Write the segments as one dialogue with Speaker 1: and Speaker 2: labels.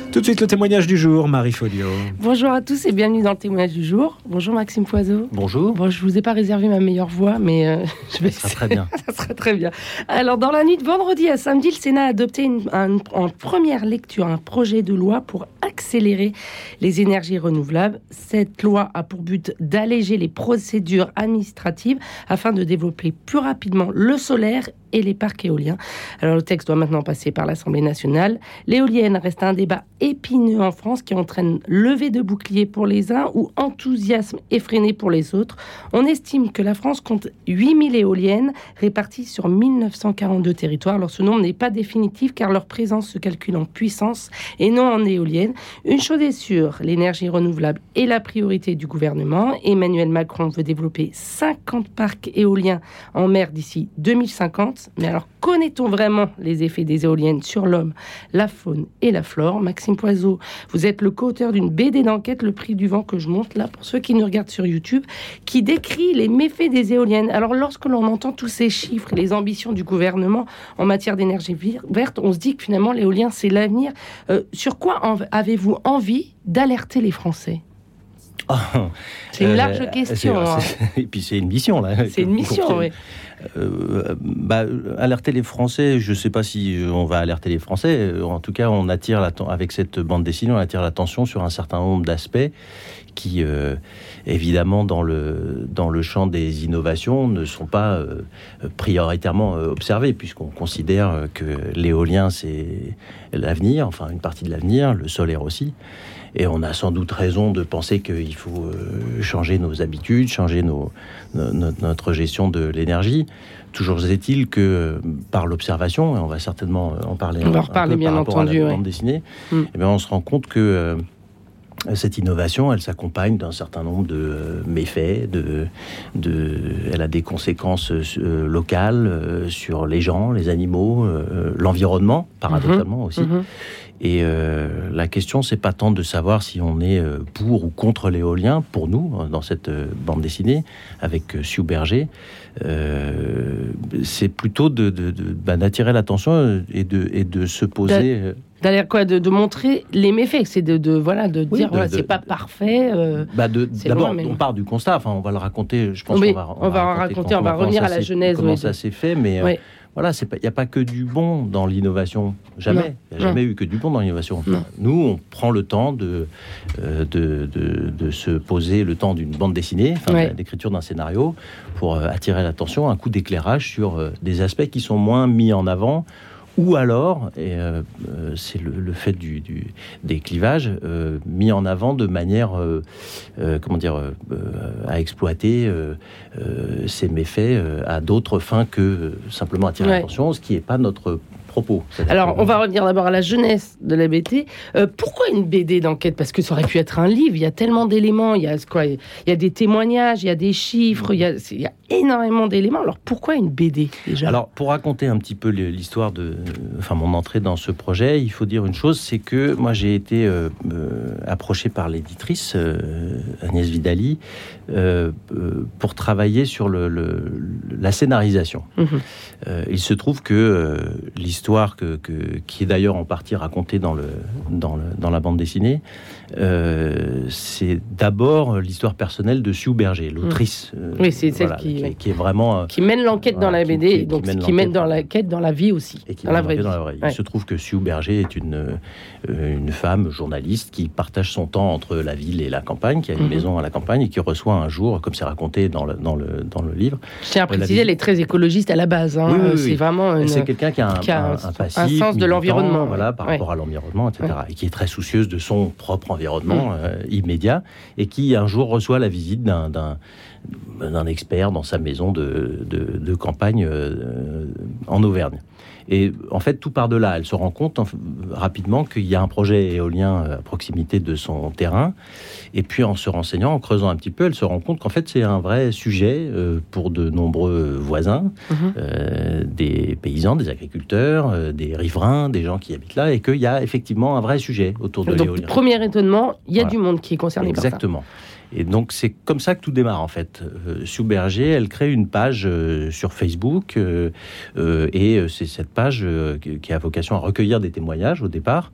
Speaker 1: Tout de suite, le témoignage du jour, Marie Folliot.
Speaker 2: Bonjour à tous et bienvenue dans le témoignage du jour. Bonjour Maxime Poiseau.
Speaker 1: Bonjour.
Speaker 2: Bon, je vous ai pas réservé ma meilleure voix, mais je vais...
Speaker 1: Ça sera très bien.
Speaker 2: Ça sera très bien. Alors, dans la nuit de vendredi à samedi, le Sénat a adopté en première lecture un projet de loi pour accélérer les énergies renouvelables. Cette loi a pour but d'alléger les procédures administratives afin de développer plus rapidement le solaire et les parcs éoliens. Alors le texte doit maintenant passer par l'Assemblée nationale. L'éolienne reste un débat épineux en France qui entraîne levée de boucliers pour les uns ou enthousiasme effréné pour les autres. On estime que la France compte 8000 éoliennes réparties sur 1942 territoires. Alors ce nombre n'est pas définitif car leur présence se calcule en puissance et non en éoliennes. Une chose est sûre, l'énergie renouvelable est la priorité du gouvernement. Emmanuel Macron veut développer 50 parcs éoliens en mer d'ici 2050. Mais alors, connaît-on vraiment les effets des éoliennes sur l'homme, la faune et la flore ? Maxime Poiseau, vous êtes le co-auteur d'une BD d'enquête, Le prix du vent que je monte là, pour ceux qui nous regardent sur YouTube, qui décrit les méfaits des éoliennes. Alors, lorsque l'on entend tous ces chiffres et les ambitions du gouvernement en matière d'énergie verte, on se dit que finalement, l'éolien, c'est l'avenir. Sur quoi avez-vous envie d'alerter les Français ? C'est une large question.
Speaker 1: Et puis c'est une mission, là.
Speaker 2: C'est une mission, oui.
Speaker 1: Alerter les Français, je ne sais pas si on va alerter les Français. En tout cas, on attire avec cette bande dessinée, on attire l'attention sur un certain nombre d'aspects qui, évidemment, dans le champ des innovations, ne sont pas prioritairement observés, puisqu'on considère que l'éolien, c'est l'avenir, enfin une partie de l'avenir, le solaire aussi. Et on a sans doute raison de penser qu'il faut changer nos habitudes, changer notre gestion de l'énergie. Toujours est-il que par l'observation, et on va certainement en parler,
Speaker 2: on va reparler bien entendu,
Speaker 1: à la bande dessinée, eh bien, on se rend compte que cette innovation, elle s'accompagne d'un certain nombre de méfaits, elle a des conséquences locales sur les gens, les animaux, l'environnement, paradoxalement aussi. Et la question, c'est pas tant de savoir si on est pour ou contre l'éolien, pour nous, dans cette bande dessinée, avec Sue Berger. C'est plutôt d'attirer l'attention et de se poser...
Speaker 2: D'ailleurs, quoi, de montrer les méfaits, c'est de dire, c'est pas parfait.
Speaker 1: D'abord, on part du constat, enfin, on va le raconter, je pense qu'on va
Speaker 2: revenir à la genèse.
Speaker 1: Comment ça s'est fait, mais... Voilà, il n'y a pas que du bon dans l'innovation. Jamais. Il n'y a jamais eu que du bon dans l'innovation. Nous, on prend le temps de se poser le temps d'une bande dessinée, d'écriture d'un scénario, pour attirer l'attention, un coup d'éclairage sur des aspects qui sont moins mis en avant. Ou alors, et c'est le fait des clivages, mis en avant de manière, à exploiter ces méfaits à d'autres fins que simplement attirer l'attention, ce qui n'est pas notre propos.
Speaker 2: Alors, on va revenir d'abord à la jeunesse de la BD. Pourquoi une BD d'enquête ? Parce que ça aurait pu être un livre, il y a tellement d'éléments, il y a des témoignages, il y a des chiffres, il y a énormément d'éléments. Alors, pourquoi une BD, déjà ?
Speaker 1: Alors, pour raconter un petit peu l'histoire mon entrée dans ce projet, il faut dire une chose, c'est que moi, j'ai été approché par l'éditrice Agnès Vidali pour travailler sur la scénarisation. Il se trouve que l'histoire qui est d'ailleurs en partie racontée dans la bande dessinée, c'est d'abord l'histoire personnelle de Sue Berger, l'autrice.
Speaker 2: Oui, c'est celle qui
Speaker 1: est vraiment
Speaker 2: qui mène l'enquête dans la BD, qui mène dans l'enquête dans la vie aussi,
Speaker 1: et qui
Speaker 2: dans la vraie vie.
Speaker 1: Il se trouve que Sue Berger est une femme journaliste qui partage son temps entre la ville et la campagne, qui a une maison à la campagne et qui reçoit un jour, comme c'est raconté dans le livre.
Speaker 2: Je tiens à préciser, elle est très écologiste à la base. C'est vraiment
Speaker 1: c'est quelqu'un qui a un passif,
Speaker 2: un sens de l'environnement,
Speaker 1: par rapport à l'environnement, etc. Et qui est très soucieuse de son propre environnement immédiat, et qui un jour reçoit la visite d'un expert dans sa maison de campagne en Auvergne. Et en fait, tout part de là. Elle se rend compte rapidement qu'il y a un projet éolien à proximité de son terrain. Et puis, en se renseignant, en creusant un petit peu, elle se rend compte qu'en fait, c'est un vrai sujet pour de nombreux voisins, des paysans, des agriculteurs, des riverains, des gens qui habitent là, et qu'il y a effectivement un vrai sujet autour de l'éolien.
Speaker 2: Donc, premier étonnement, il y a du monde qui est concerné par ça.
Speaker 1: Exactement. Et donc, c'est comme ça que tout démarre, en fait. Sue Berger, elle crée une page sur Facebook, et c'est cette page qui a vocation à recueillir des témoignages au départ,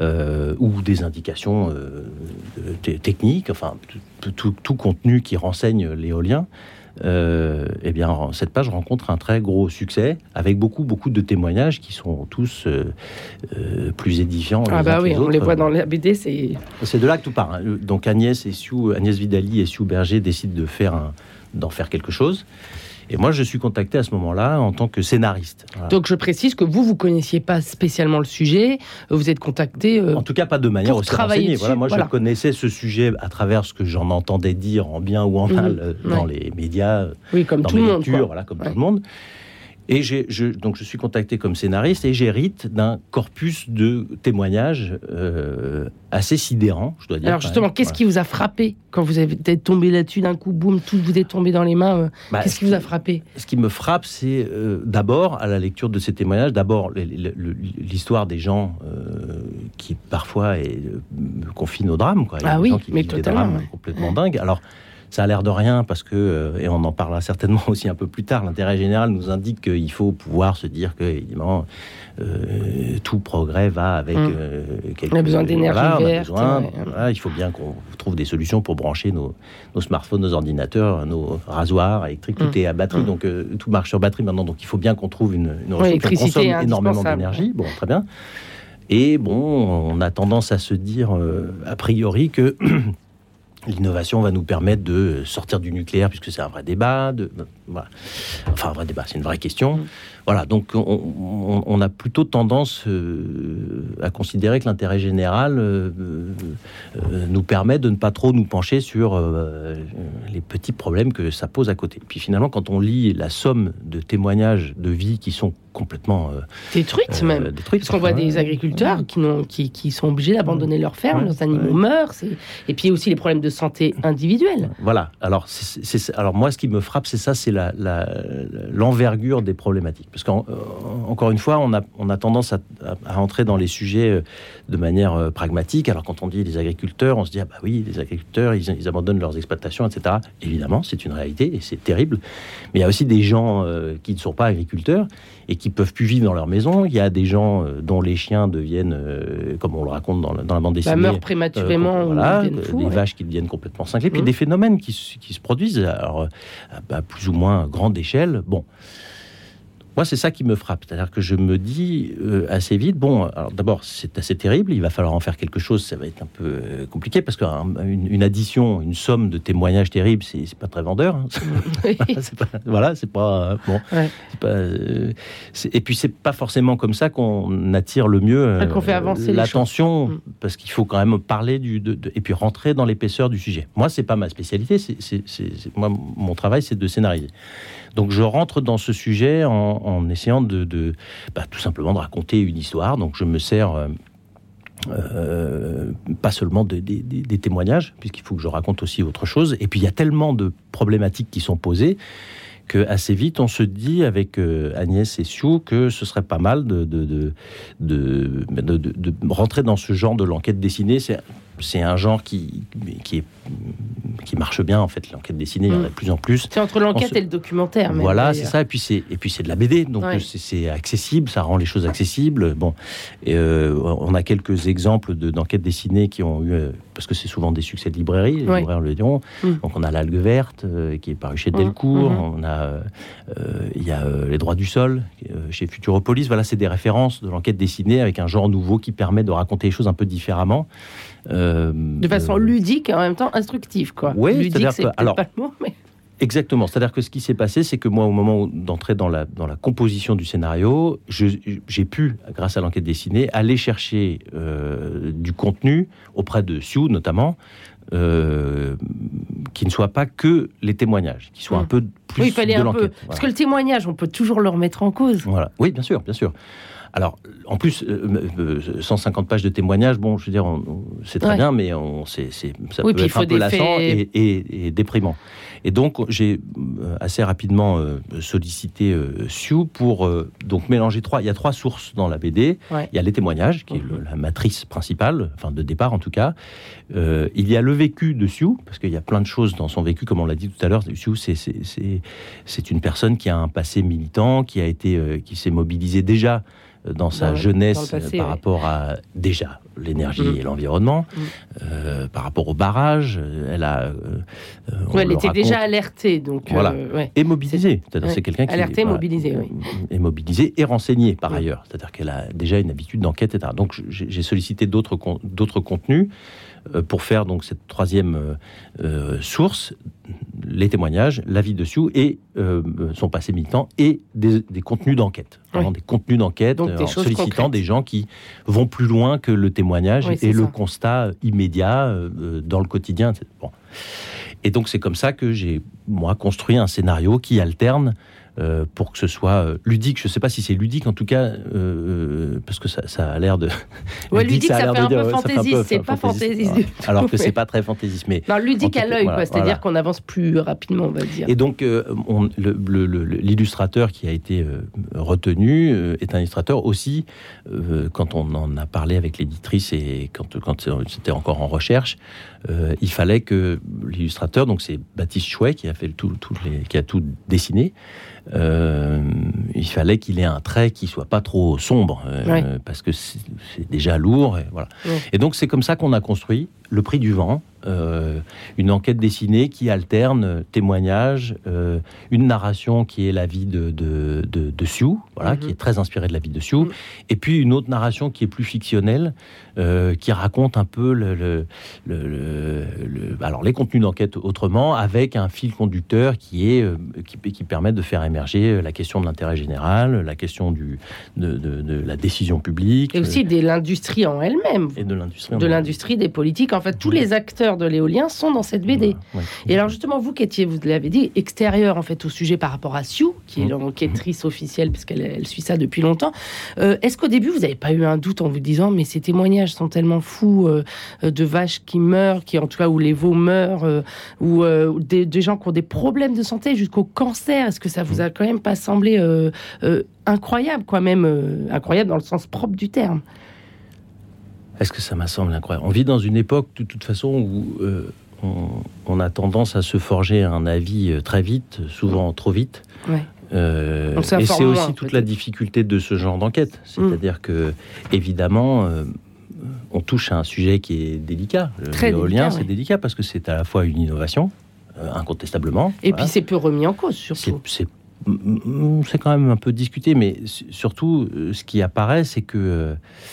Speaker 1: ou des indications techniques, enfin, tout contenu qui renseigne l'éolien. Eh bien, cette page rencontre un très gros succès, avec beaucoup de témoignages qui sont tous plus édifiants.
Speaker 2: Ah bah oui, on les voit dans la BD,
Speaker 1: c'est de là que tout part. Hein. Donc Agnès Vidali et Sue Berger décident d'en faire quelque chose. Et moi, je suis contacté à ce moment-là en tant que scénariste.
Speaker 2: Voilà. Donc, je précise que vous connaissiez pas spécialement le sujet. Vous êtes contacté...
Speaker 1: en tout cas, pas de manière aussi renseignée. Voilà, moi,
Speaker 2: voilà.
Speaker 1: Je connaissais ce sujet à travers ce que j'en entendais dire en bien ou en mal dans les médias,
Speaker 2: comme
Speaker 1: dans
Speaker 2: tout
Speaker 1: mes
Speaker 2: le monde,
Speaker 1: lectures, comme tout le monde. Et donc je suis contacté comme scénariste et j'hérite d'un corpus de témoignages assez sidérant, je dois dire.
Speaker 2: Alors justement, qu'est-ce qui vous a frappé quand vous êtes tombé là-dessus d'un coup, boum, tout vous est tombé dans les mains qu'est-ce qui vous a frappé ?
Speaker 1: Ce qui me frappe, c'est d'abord, à la lecture de ces témoignages, d'abord l'histoire des gens qui parfois me confient au drame. Quoi.
Speaker 2: Ah oui,
Speaker 1: gens qui
Speaker 2: mais
Speaker 1: vivent
Speaker 2: totalement.
Speaker 1: Des drames complètement dingues. Alors, ça a l'air de rien parce que, et on en parlera certainement aussi un peu plus tard, l'intérêt général nous indique qu'il faut pouvoir se dire que, évidemment, tout progrès va avec
Speaker 2: on a besoin d'énergie verte.
Speaker 1: Il faut bien qu'on trouve des solutions pour brancher nos smartphones, nos ordinateurs, nos rasoirs électriques, tout est à batterie, donc tout marche sur batterie maintenant, donc il faut bien qu'on trouve une ressource qui consomme énormément d'énergie. Bon, très bien. Et bon, on a tendance à se dire, a priori, que l'innovation va nous permettre de sortir du nucléaire, puisque c'est un vrai débat. Voilà. Enfin, un vrai débat, c'est une vraie question. Voilà, donc on a plutôt tendance à considérer que l'intérêt général nous permet de ne pas trop nous pencher sur les petits problèmes que ça pose à côté. Puis finalement, quand on lit la somme de témoignages de vie qui sont complètement
Speaker 2: détruites même. Parce qu'on voit des agriculteurs qui sont obligés d'abandonner leurs fermes, leurs animaux meurent. Et puis aussi les problèmes de santé individuelle.
Speaker 1: Voilà. Alors, alors moi, ce qui me frappe, c'est ça, c'est l'envergure des problématiques. Parce qu'encore une fois, on a tendance à entrer dans les sujets de manière pragmatique. Alors quand on dit les agriculteurs, on se dit, ah bah oui, les agriculteurs, ils abandonnent leurs exploitations, etc. Évidemment, c'est une réalité et c'est terrible. Mais il y a aussi des gens qui ne sont pas agriculteurs et qui peuvent plus vivre dans leur maison. Il y a des gens dont les chiens deviennent, comme on le raconte dans la bande dessinée,
Speaker 2: meurent prématurément,
Speaker 1: des vaches qui deviennent complètement cinglées, puis des phénomènes qui se produisent, alors à plus ou moins grande échelle. Bon. Moi, c'est ça qui me frappe. C'est-à-dire que je me dis assez vite, bon, alors d'abord, c'est assez terrible, il va falloir en faire quelque chose, ça va être un peu compliqué, parce qu'une addition, une somme de témoignages terribles, c'est pas très vendeur. Hein. C'est pas... Bon. Ouais. Et puis, c'est pas forcément comme ça qu'on attire le mieux
Speaker 2: qu'on fait avancer
Speaker 1: l'attention, parce qu'il faut quand même parler et puis rentrer dans l'épaisseur du sujet. Moi, c'est pas ma spécialité, moi, mon travail, c'est de scénariser. Donc, je rentre dans ce sujet en essayant tout simplement de raconter une histoire. Donc, je me sers pas seulement des témoignages, puisqu'il faut que je raconte aussi autre chose. Et puis, il y a tellement de problématiques qui sont posées que assez vite, on se dit avec Agnès et Sue que ce serait pas mal de rentrer dans ce genre de l'enquête dessinée. C'est un genre qui marche bien, en fait, l'enquête dessinée, il y en a de plus en plus.
Speaker 2: C'est entre l'enquête et le documentaire. Même,
Speaker 1: voilà, c'est ça. Et puis c'est de la BD, donc c'est accessible, ça rend les choses accessibles. Bon, on a quelques exemples d'enquêtes dessinées qui ont eu, parce que c'est souvent des succès de librairie, les libraires le diront. Donc on a l'Algue verte, qui est paru chez Delcourt. On a, il y a Les Droits du Sol, chez Futuropolis. Voilà, c'est des références de l'enquête dessinée avec un genre nouveau qui permet de raconter les choses un peu différemment.
Speaker 2: De façon ludique et en même temps instructive, quoi.
Speaker 1: Oui,
Speaker 2: ludique, c'est peut-être pas le mot, mais...
Speaker 1: Exactement. C'est-à-dire que ce qui s'est passé, c'est que moi, au moment d'entrer dans la composition du scénario, j'ai pu, grâce à l'enquête dessinée, aller chercher du contenu auprès de Sue, notamment, qui ne soit pas que les témoignages, qui soit un peu plus
Speaker 2: il fallait
Speaker 1: de l'enquête.
Speaker 2: Parce que le témoignage, on peut toujours le remettre en cause.
Speaker 1: Voilà. Oui, bien sûr, bien sûr. Alors, en plus, 150 pages de témoignages, bon, je veux dire, c'est très bien, mais ça peut être un peu lassant et déprimant. Et donc, j'ai assez rapidement sollicité Sioux pour donc mélanger trois. Il y a 3 sources dans la BD. Ouais. Il y a les témoignages, qui est la matrice principale, enfin de départ en tout cas. Il y a le vécu de Sioux, parce qu'il y a plein de choses dans son vécu, comme on l'a dit tout à l'heure. Sioux, c'est une personne qui a un passé militant, qui s'est mobilisée déjà dans sa jeunesse par rapport à déjà l'énergie et l'environnement, par rapport au barrage.
Speaker 2: Elle était déjà alertée, donc
Speaker 1: voilà, et mobilisée. C'est-à-dire c'est quelqu'un qui
Speaker 2: alertée, mobilisée,
Speaker 1: est mobilisé et renseigné par ailleurs. C'est-à-dire qu'elle a déjà une habitude d'enquête, etc. Donc j'ai sollicité d'autres contenus pour faire donc cette 3e source, les témoignages, la vie de Sioux et son passé militant et des contenus d'enquête. Vraiment des contenus d'enquête en sollicitant concrètes. Des gens qui vont plus loin que le témoignage et le constat immédiat dans le quotidien. Bon. Et donc c'est comme ça que j'ai, moi, construit un scénario qui alterne pour que ce soit ludique. Je ne sais pas si c'est ludique, en tout cas, parce que ça a l'air de...
Speaker 2: Ouais, ludique, ça fait un peu fantaisiste, c'est pas fantaisiste.
Speaker 1: Alors que c'est pas très fantaisiste, mais...
Speaker 2: Non, ludique à l'œil, c'est-à-dire qu'on avance plus rapidement, on va dire.
Speaker 1: Et donc, l'illustrateur qui a été retenu est un illustrateur aussi, quand on en a parlé avec l'éditrice et quand c'était encore en recherche, il fallait que l'illustrateur, donc c'est Baptiste Chouet qui a fait qui a tout dessiné, il fallait qu'il ait un trait qui soit pas trop sombre, parce que c'est déjà lourd. Et, voilà. Et donc c'est comme ça qu'on a construit Le Prix du Vent, une enquête dessinée qui alterne témoignages, une narration qui est la vie de Sioux, voilà, qui est très inspirée de la vie de Sioux, et puis une autre narration qui est plus fictionnelle, qui raconte un peu alors les contenus d'enquête autrement, avec un fil conducteur qui permet de faire émerger la question de l'intérêt général, la question de la décision publique,
Speaker 2: et aussi de l'industrie en elle-même,
Speaker 1: et de
Speaker 2: l'industrie des politiques. En fait, tous les acteurs de l'éolien sont dans cette BD. Et alors justement, vous l'avez dit, extérieur en fait au sujet par rapport à Sioux, qui est l'enquêtrice officielle, puisqu'elle suit ça depuis longtemps. Est-ce qu'au début, vous n'avez pas eu un doute en vous disant, mais ces témoignages sont tellement fous de vaches qui meurent, en tout cas où les veaux meurent, ou des gens qui ont des problèmes de santé jusqu'au cancer? Est-ce que ça vous a quand même pas semblé incroyable, incroyable dans le sens propre du terme?
Speaker 1: Est-ce que ça m'a semblé incroyable? On vit dans une époque, de toute façon, où on a tendance à se forger un avis très vite, souvent trop vite. Ouais. Et c'est aussi toute la difficulté de ce genre d'enquête. C'est-à-dire que, évidemment, on touche à un sujet qui est délicat. L'éolien, c'est délicat parce que c'est à la fois une innovation, incontestablement.
Speaker 2: Et puis c'est peu remis en cause, surtout.
Speaker 1: C'est quand même un peu discuté, mais surtout, ce qui apparaît, c'est que...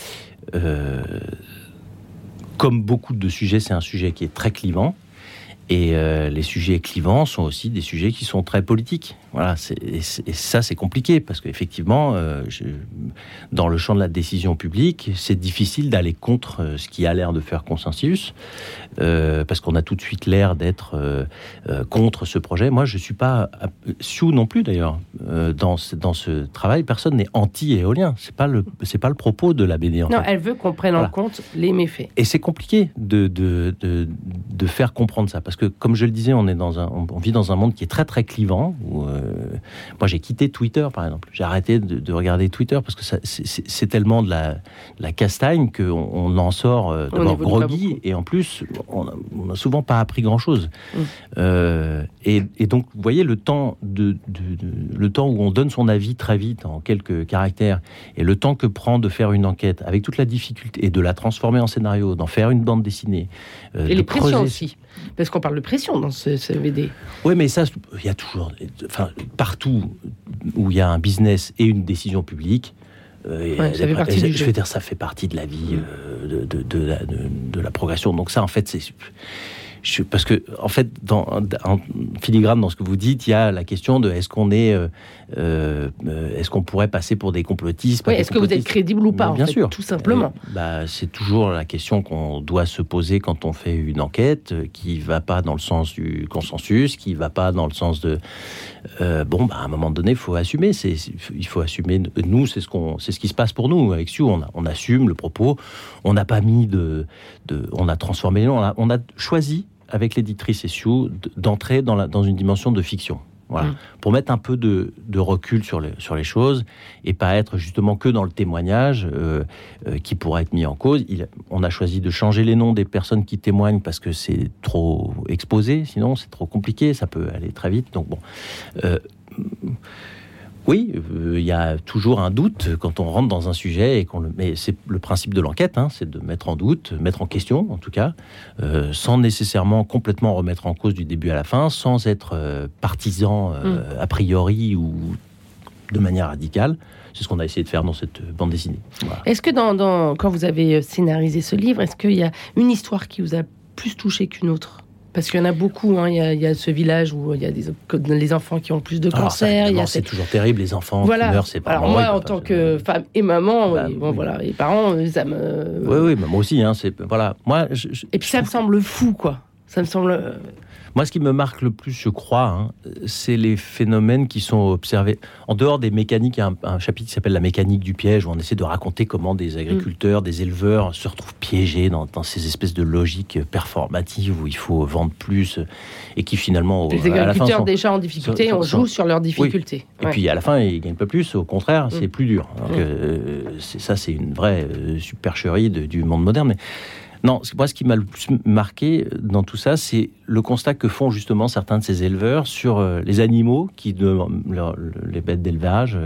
Speaker 1: comme beaucoup de sujets, c'est un sujet qui est très clivant. Et les sujets clivants sont aussi des sujets qui sont très politiques. Voilà, et ça, c'est compliqué, parce qu'effectivement, dans le champ de la décision publique, c'est difficile d'aller contre ce qui a l'air de faire consensus, parce qu'on a tout de suite l'air d'être contre ce projet. Moi, je ne suis pas... Sioux non plus, d'ailleurs. Dans ce travail, personne n'est anti-éolien. C'est pas le propos de la BD, en fait.
Speaker 2: Elle veut qu'on prenne en compte les méfaits.
Speaker 1: Et c'est compliqué de faire comprendre ça, parce que, comme je le disais, on vit dans un monde qui est très très clivant. Où, moi, j'ai quitté Twitter, par exemple. J'ai arrêté de regarder Twitter parce que c'est tellement de la castagne qu'on en sort d'abord groggy, et en plus, on n'a souvent pas appris grand-chose. Et donc, vous voyez, le temps où on donne son avis très vite en quelques caractères, et le temps que prend de faire une enquête avec toute la difficulté et de la transformer en scénario, d'en faire une bande dessinée,
Speaker 2: et les pressions aussi. Parce qu'on parle de pression dans ce BD.
Speaker 1: Oui, mais ça, il y a toujours... Enfin, partout où il y a un business et une décision publique,
Speaker 2: ça fait partie du jeu.
Speaker 1: Je veux dire, ça fait partie de la vie, de la progression. Donc ça, en fait, parce que en fait, en filigrane dans ce que vous dites, il y a la question de est-ce qu'on pourrait passer pour des complotistes?
Speaker 2: Oui, est-ce que vous êtes crédible ou pas?
Speaker 1: Bien sûr,
Speaker 2: tout simplement.
Speaker 1: C'est toujours la question qu'on doit se poser quand on fait une enquête qui va pas dans le sens du consensus, qui va pas dans le sens de à un moment donné, il faut assumer. Il faut assumer. Nous, c'est ce qui se passe pour nous avec Sioux. On assume le propos. On n'a pas mis on a transformé les noms. On a choisi avec l'éditrice et Sioux d'entrer dans une dimension de fiction. Voilà. Pour mettre un peu de recul sur les choses et pas être justement que dans le témoignage qui pourra être mis en cause. On a choisi de changer les noms des personnes qui témoignent parce que c'est trop exposé, sinon c'est trop compliqué, ça peut aller très vite. Donc oui, il y a toujours un doute quand on rentre dans un sujet mais c'est le principe de l'enquête, c'est de mettre en doute, mettre en question en tout cas, sans nécessairement complètement remettre en cause du début à la fin, sans être partisan a priori ou de manière radicale. C'est ce qu'on a essayé de faire dans cette bande dessinée. Voilà.
Speaker 2: Est-ce que quand vous avez scénarisé ce livre, est-ce qu'il y a une histoire qui vous a plus touché qu'une autre ? Parce qu'il y en a beaucoup, il y a ce village où il y a les enfants qui ont plus de cancer.
Speaker 1: C'est toujours terrible, les enfants qui meurent, c'est pas...
Speaker 2: Alors moi, en tant que femme et maman, les parents, ça me...
Speaker 1: Oui, moi aussi, voilà. Moi,
Speaker 2: et puis ça me semble fou, quoi. Ça me semble...
Speaker 1: Moi, ce qui me marque le plus, je crois, c'est les phénomènes qui sont observés. En dehors des mécaniques, il y a un chapitre qui s'appelle « La mécanique du piège », où on essaie de raconter comment des agriculteurs, des éleveurs se retrouvent piégés dans ces espèces de logiques performatives où il faut vendre plus et qui finalement...
Speaker 2: Les agriculteurs déjà en difficulté, on joue sur leurs difficultés.
Speaker 1: Oui. Et puis à la fin, ils ne gagnent pas plus, au contraire, c'est plus dur. Donc, c'est une vraie supercherie du monde moderne. Mais non, moi, ce qui m'a le plus marqué dans tout ça, c'est le constat que font justement certains de ces éleveurs sur les animaux, les bêtes d'élevage,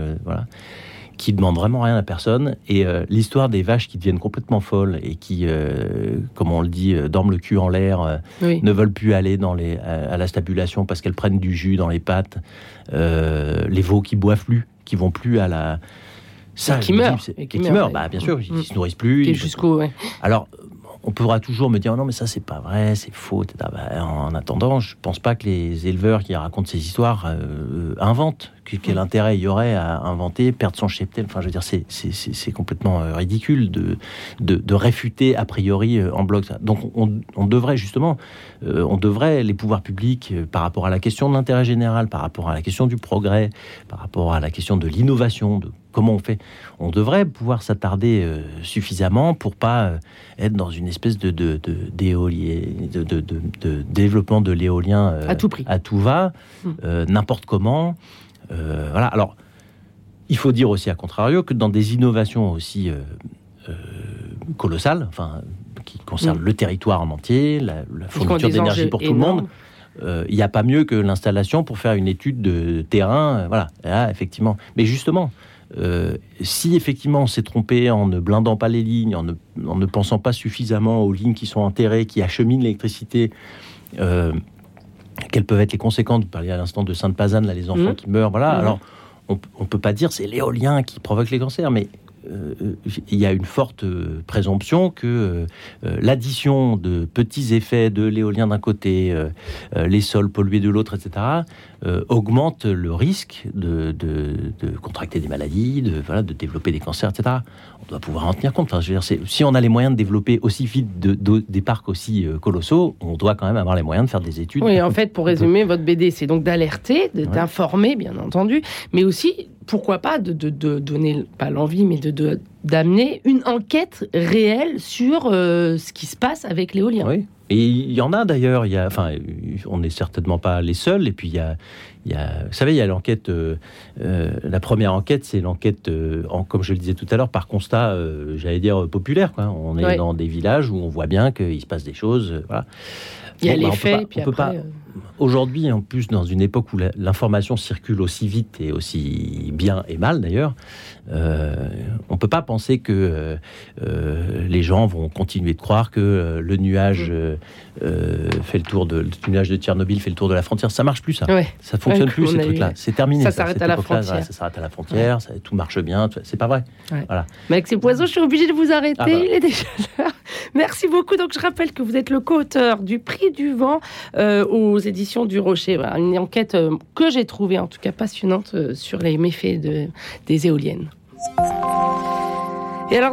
Speaker 1: qui demandent vraiment rien à personne, et l'histoire des vaches qui deviennent complètement folles et qui, comme on le dit, dorment le cul en l'air, ne veulent plus aller à la stabulation parce qu'elles prennent du jus dans les pattes, les veaux qui boivent plus, qui vont plus à la...
Speaker 2: qui meurent.
Speaker 1: Qui meurent, bien sûr, ils se nourrissent plus. Alors... On pourra toujours me dire non mais ça c'est pas vrai, c'est faux, etc. En attendant, je pense pas que les éleveurs qui racontent ces histoires inventent. Quel intérêt il y aurait à inventer, perdre son cheptel? Enfin, je veux dire, c'est complètement ridicule de réfuter a priori en bloc ça. Donc, on devrait justement, les pouvoirs publics, par rapport à la question de l'intérêt général, par rapport à la question du progrès, par rapport à la question de l'innovation, de comment on fait, on devrait pouvoir s'attarder suffisamment pour pas être dans une espèce de développement de l'éolien
Speaker 2: à tout prix,
Speaker 1: à tout va, n'importe comment. Voilà. Alors, il faut dire aussi, à contrario, que dans des innovations aussi colossales, qui concernent le territoire en entier, la fourniture d'énergie pour tout le monde, il n'y a pas mieux que l'installation pour faire une étude de terrain. Là, effectivement. Mais justement, si effectivement on s'est trompé en ne blindant pas les lignes, en ne pensant pas suffisamment aux lignes qui sont enterrées, qui acheminent l'électricité, quelles peuvent être les conséquences? Vous parliez à l'instant de Sainte-Pazanne, là, les enfants qui meurent, voilà. Alors, on peut pas dire c'est l'éolien qui provoque les cancers, mais il y a une forte présomption que l'addition de petits effets de l'éolien d'un côté, les sols pollués de l'autre, etc., augmente le risque de contracter des maladies, de développer des cancers, etc. On doit pouvoir en tenir compte. Je veux dire, si on a les moyens de développer aussi vite des parcs aussi colossaux, on doit quand même avoir les moyens de faire des études.
Speaker 2: Oui, en fait, pour résumer, votre BD, c'est donc d'alerter, d'informer, bien entendu, mais aussi, pourquoi pas, de donner, pas l'envie, mais d'amener une enquête réelle sur ce qui se passe avec l'éolien. Oui.
Speaker 1: Et il y en a d'ailleurs, on n'est certainement pas les seuls, et puis il y a vous savez, il y a l'enquête, la première enquête, c'est l'enquête, comme je le disais tout à l'heure, par constat, j'allais dire, populaire, quoi. On est dans des villages où on voit bien qu'il se passe des choses, voilà.
Speaker 2: Il y a les faits, puis après...
Speaker 1: Aujourd'hui, en plus, dans une époque où l'information circule aussi vite et aussi bien et mal, d'ailleurs, on ne peut pas penser que les gens vont continuer de croire que le nuage fait le tour le nuage de Tchernobyl fait le tour de la frontière. Ça marche plus, ça. Ouais. Ça fonctionne plus, ces trucs-là. C'est terminé.
Speaker 2: Ça s'arrête à la frontière.
Speaker 1: Ça s'arrête à la frontière, tout marche bien. C'est pas vrai.
Speaker 2: Ouais. Voilà. Maxime Poiseau, je suis obligée de vous arrêter. Il est déjà l'heure. Merci beaucoup. Donc, je rappelle que vous êtes le co-auteur du Prix du Vent aux éditions du Rocher. Voilà, une enquête que j'ai trouvée, en tout cas passionnante, sur les méfaits des éoliennes.